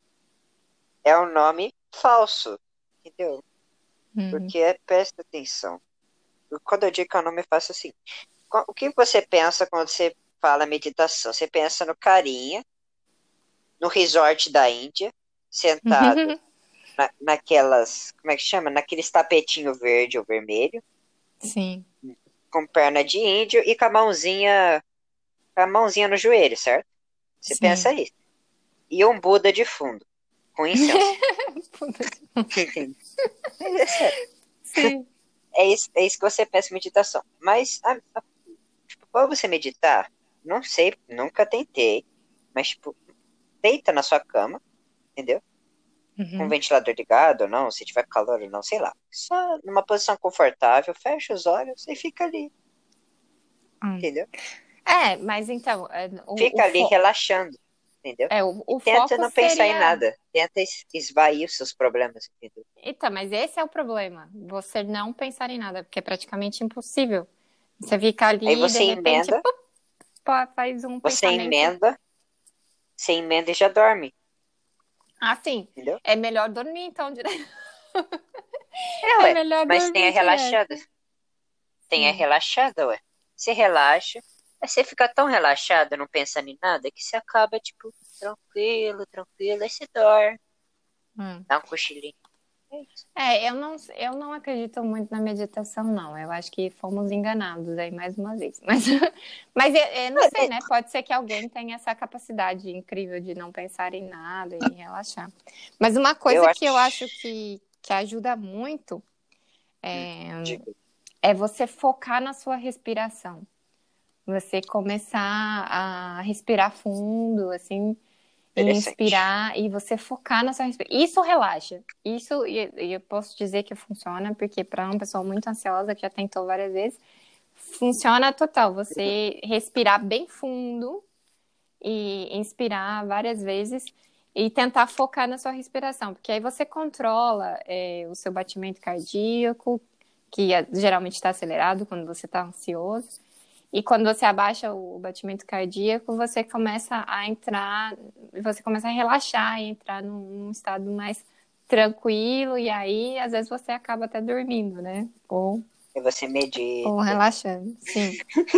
é um nome falso, entendeu? Uhum. Porque é, presta atenção. Quando eu digo que é um nome falso, assim, qu- o que você pensa quando você fala meditação? Você pensa no carinha, no resort da Índia, sentado na, naquelas, como é que chama? Naqueles tapetinho verde ou vermelho, Sim, com perna de índio e com a mãozinha, com a mãozinha no joelho, certo? Você pensa sim. isso. E um Buda de fundo, com incenso. Entende? Mas é sério. Sim. É isso, é isso que você pensa em meditação. Mas, a, a, tipo, para você meditar, não sei, nunca tentei, mas, tipo, deita na sua cama, entendeu? Com o Uhum. ventilador ligado ou não, se tiver calor ou não, sei lá. Só numa posição confortável, fecha os olhos e fica ali, Hum. entendeu? É, mas então, é, o, o, Fica ali fo- relaxando, entendeu? é, o, E o tenta foco não pensar em seria. nada. Tenta es- esvair os seus problemas, entendeu? Eita, mas esse é o problema. Você não pensar em nada, porque é praticamente impossível. Você fica Aí ali e de você repente, emenda, pum, pá, faz um você pensamento. emenda, você emenda e já dorme, Assim, entendeu? é melhor dormir então direto. É, É ué. melhor Mas tenha dormir relaxado. direto. Tenha Sim. relaxado, ué. Você relaxa. Aí você fica tão relaxado, não pensando em nada, que você acaba, tipo, tranquilo, tranquilo. Aí você dorme, Hum. dá um cochilinho. É isso. É, eu não, eu não acredito muito na meditação, não. Eu acho que fomos enganados aí mais uma vez. Mas, mas eu, eu não sei, É, né? Pode ser que alguém tenha essa capacidade incrível de não pensar em nada e relaxar. Mas uma eu coisa que eu acho acho. que, que ajuda muito Hum, diga. é você focar na sua respiração. Você começar a respirar fundo, assim, e Interessante. inspirar e você focar na sua respiração. Isso relaxa. Isso, e e eu posso dizer que funciona, porque para uma pessoa muito ansiosa, que já tentou várias vezes, funciona total. Você respirar bem fundo e inspirar várias vezes e tentar focar na sua respiração, porque aí você controla é, o seu batimento cardíaco, que é- geralmente está acelerado quando você está ansioso. E quando você abaixa o batimento cardíaco, você começa a entrar, você começa a relaxar e entrar num, num estado mais tranquilo, e aí às vezes você acaba até dormindo, né? Ou, E você ou medita. relaxando, sim.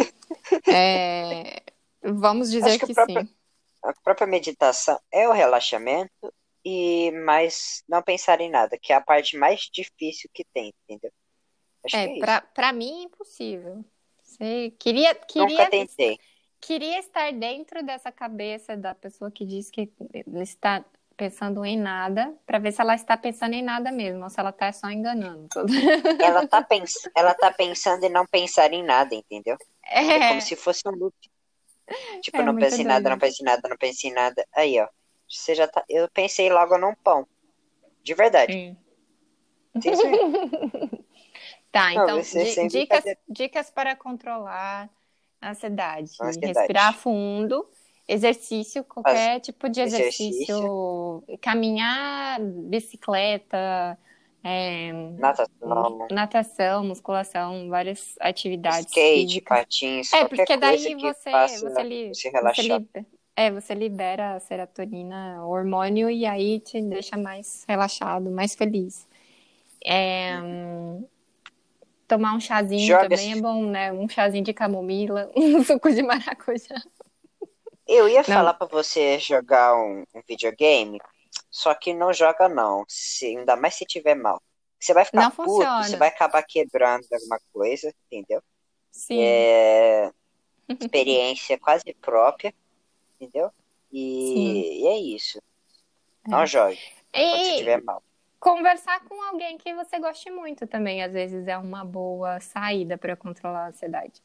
É, vamos Acho dizer que a que própria, sim. a própria meditação é o relaxamento e mais não pensar em nada, que é a parte mais difícil que tem, entendeu? Acho É, que é isso. pra, pra mim é impossível. Você queria, Nunca queria, tentei. queria estar dentro dessa cabeça da pessoa que diz que está pensando em nada, para ver se ela está pensando em nada mesmo, ou se ela está só enganando. Ela tá, pens... ela tá pensando em não pensar em nada, entendeu? É como É, se fosse um loop. Tipo, é não muito pense em nada, não doido. pense em nada, não pense em nada. Aí, ó. Você já tá. Eu pensei logo num pão. De verdade. Sim. Sim, sim. Tá, Não, então, você di- sem dicas, brincadeira. dicas para controlar a ansiedade. Respirar Ansiedade. fundo, exercício, Faz qualquer tipo de exercício. exercício, caminhar, bicicleta, É, mus- Natação, natação, musculação, várias atividades skate, físicas. patins, É, qualquer porque coisa daí que você, faça você, li, você você, relaxar. li, é, você libera a serotonina, o hormônio, e aí te deixa mais relaxado, mais feliz. É, tomar um chazinho Joga. também é bom, né? Um chazinho de camomila, um suco de maracujá. Eu ia Não, falar pra você jogar um, um videogame, só que não joga não, se, ainda mais se tiver mal. Você vai ficar não puto, você funciona. vai acabar quebrando alguma coisa, entendeu? Sim, É experiência quase própria, entendeu? sim. E, e é isso. Não É. jogue quando você E tiver mal. conversar com alguém que você goste muito também, às vezes é uma boa saída para controlar a ansiedade.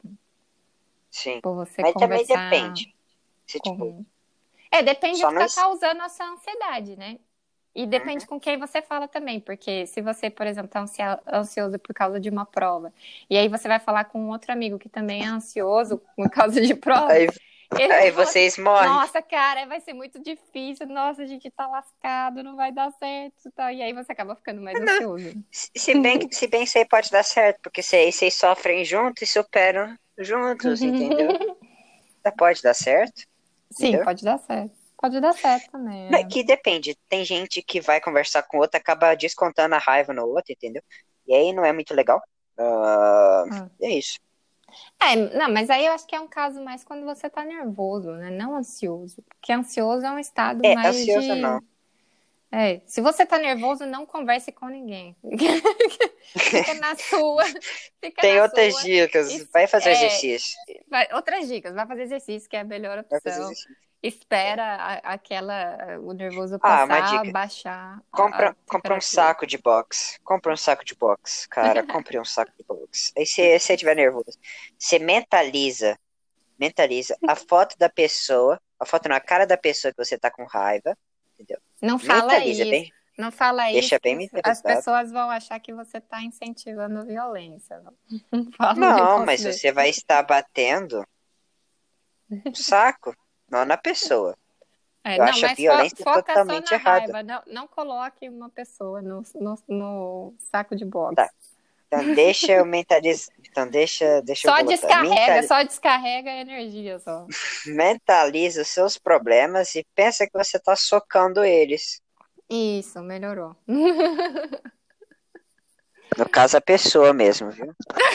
Sim. Por você Mas também conversar depende. Se, tipo, com. É, depende só do que não. está es- causando essa ansiedade, né? E depende Uhum. com quem você fala também, porque se você, por exemplo, está ansioso por causa de uma prova, e aí você vai falar com um outro amigo que também é ansioso por causa de prova, Aí, ele vai aí falar assim: vocês morrem. nossa, cara, vai ser muito difícil, nossa, a gente tá lascado, não vai dar certo, tá? E aí você acaba ficando mais Não. ansioso. Se se bem, que- se bem isso aí pode dar certo, porque se aí vocês sofrem juntos e superam juntos, entendeu? Pode dar certo, Sim, entendeu? pode dar certo. Pode dar certo também, Não, é. que depende. Tem gente que vai conversar com o outro, acaba descontando a raiva no outro, entendeu? E aí não é muito legal. Ah, Ah. é isso. É, não, mas aí eu acho que é um caso mais quando você tá nervoso, né? Não ansioso. Porque ansioso é um estado É, mais ansioso não. de. É, se você tá nervoso, não converse com ninguém. Fica na sua, fica Tem na outras sua. dicas. Es- Vai fazer é, exercício. vai- outras dicas, vai fazer exercício, que é a melhor Vai fazer opção. exercício. É. Espera a- aquela, o nervoso Ah, uma passar, dica. baixar a, a Compra, compra um temperatura. saco de boxe. Compra um saco de boxe, cara. Compre um saco de boxe. Aí se você estiver nervoso, você mentaliza, mentaliza a foto da pessoa, a foto na cara da pessoa que você tá com raiva, entendeu? Não fala Mentaliza isso. bem, Não fala deixa isso que bem as, as mentalizado. pessoas vão achar que você está incentivando violência. Não, não fala um Não, negócio mas desse. você vai estar batendo o saco, não na pessoa. É, Eu não, acho a mas fo violência foca só totalmente na errada. raiva. Não, não coloque uma pessoa no, no, no saco de Tá, boxe. então deixa eu mentalizar. Então deixa, deixa eu Só voltar. descarrega, Mental, só descarrega a energia só. mentaliza os seus problemas e pensa que você tá socando eles. Isso, melhorou. No caso, a pessoa mesmo, viu?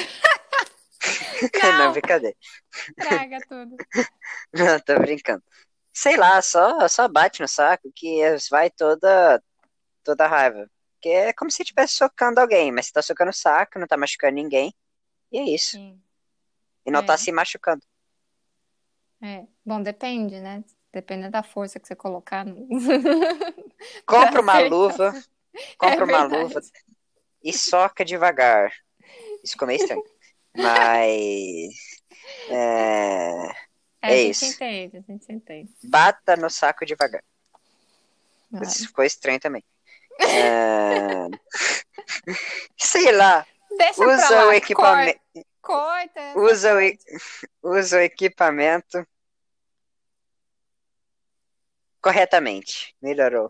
Não, Não, brincadeira. traga tudo. Não, tô brincando. Sei lá, só, só bate no saco que vai toda, toda a raiva. Porque é como se estivesse socando alguém, mas você tá socando o saco, não tá machucando ninguém. E é isso. Sim. E não tá É, se machucando. é. Bom, depende, né? Dependendo da força que você colocar no... pra Compra uma acertar. luva, É compra uma verdade. luva e soca devagar. Isso ficou meio estranho. Mas. É, É, a é gente isso. entende, a gente entende. Bata no saco devagar. Isso É. ficou estranho também. É, sei lá. Deixa pra Usa o lá, corta, equipamento. corta essa Usa o, e- parte. usa o equipamento corretamente. Melhorou.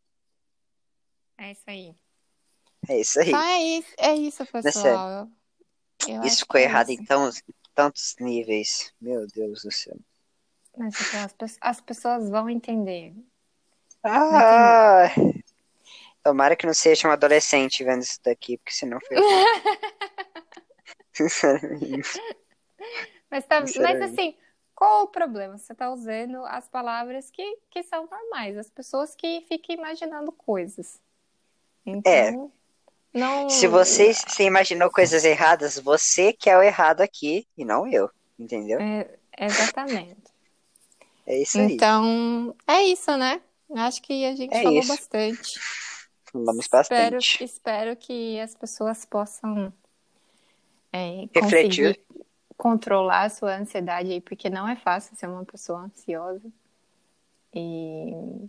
É isso aí. É isso Então aí. é isso, é isso, Não é sério. pessoal. Eu, eu Isso acho que ficou é errado em isso. tão, tantos níveis. Meu Deus do céu. Mas, tipo, as, pe- as pessoas vão entender. Vão entender. Ah, tomara que não seja um adolescente vendo isso daqui, porque senão ferrou. Sinceramente. Mas, tá, mas Sinceramente. assim, qual o problema? Você está usando as palavras que, que são normais. As pessoas que ficam imaginando coisas. É, Então, se não. você se imaginou coisas erradas, você que é o errado aqui e não eu, entendeu? É, exatamente. É isso aí. Então, é isso, né? Acho que a gente É falou isso. bastante. Falamos Espero, bastante. espero que as pessoas possam é, Refletir. conseguir controlar a sua ansiedade aí, porque não é fácil ser uma pessoa ansiosa. E,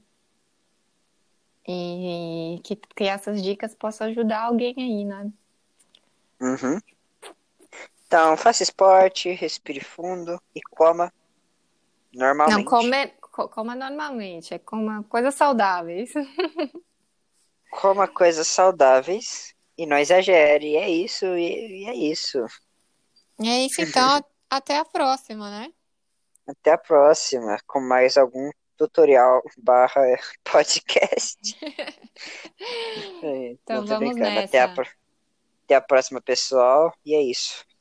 e que, que essas dicas possam ajudar alguém aí, né? Uhum. Então, faça esporte, respire fundo e coma Não, normalmente. come, co- coma normalmente, é coma coisas saudáveis. Coma coisas saudáveis E não exagere, e é isso, e, e é isso. É isso, então, até a próxima, né? Até a próxima, com mais algum tutorial barra podcast. É, não Então tô vamos brincando. Até a, nessa. pró- até a próxima, pessoal. E é isso.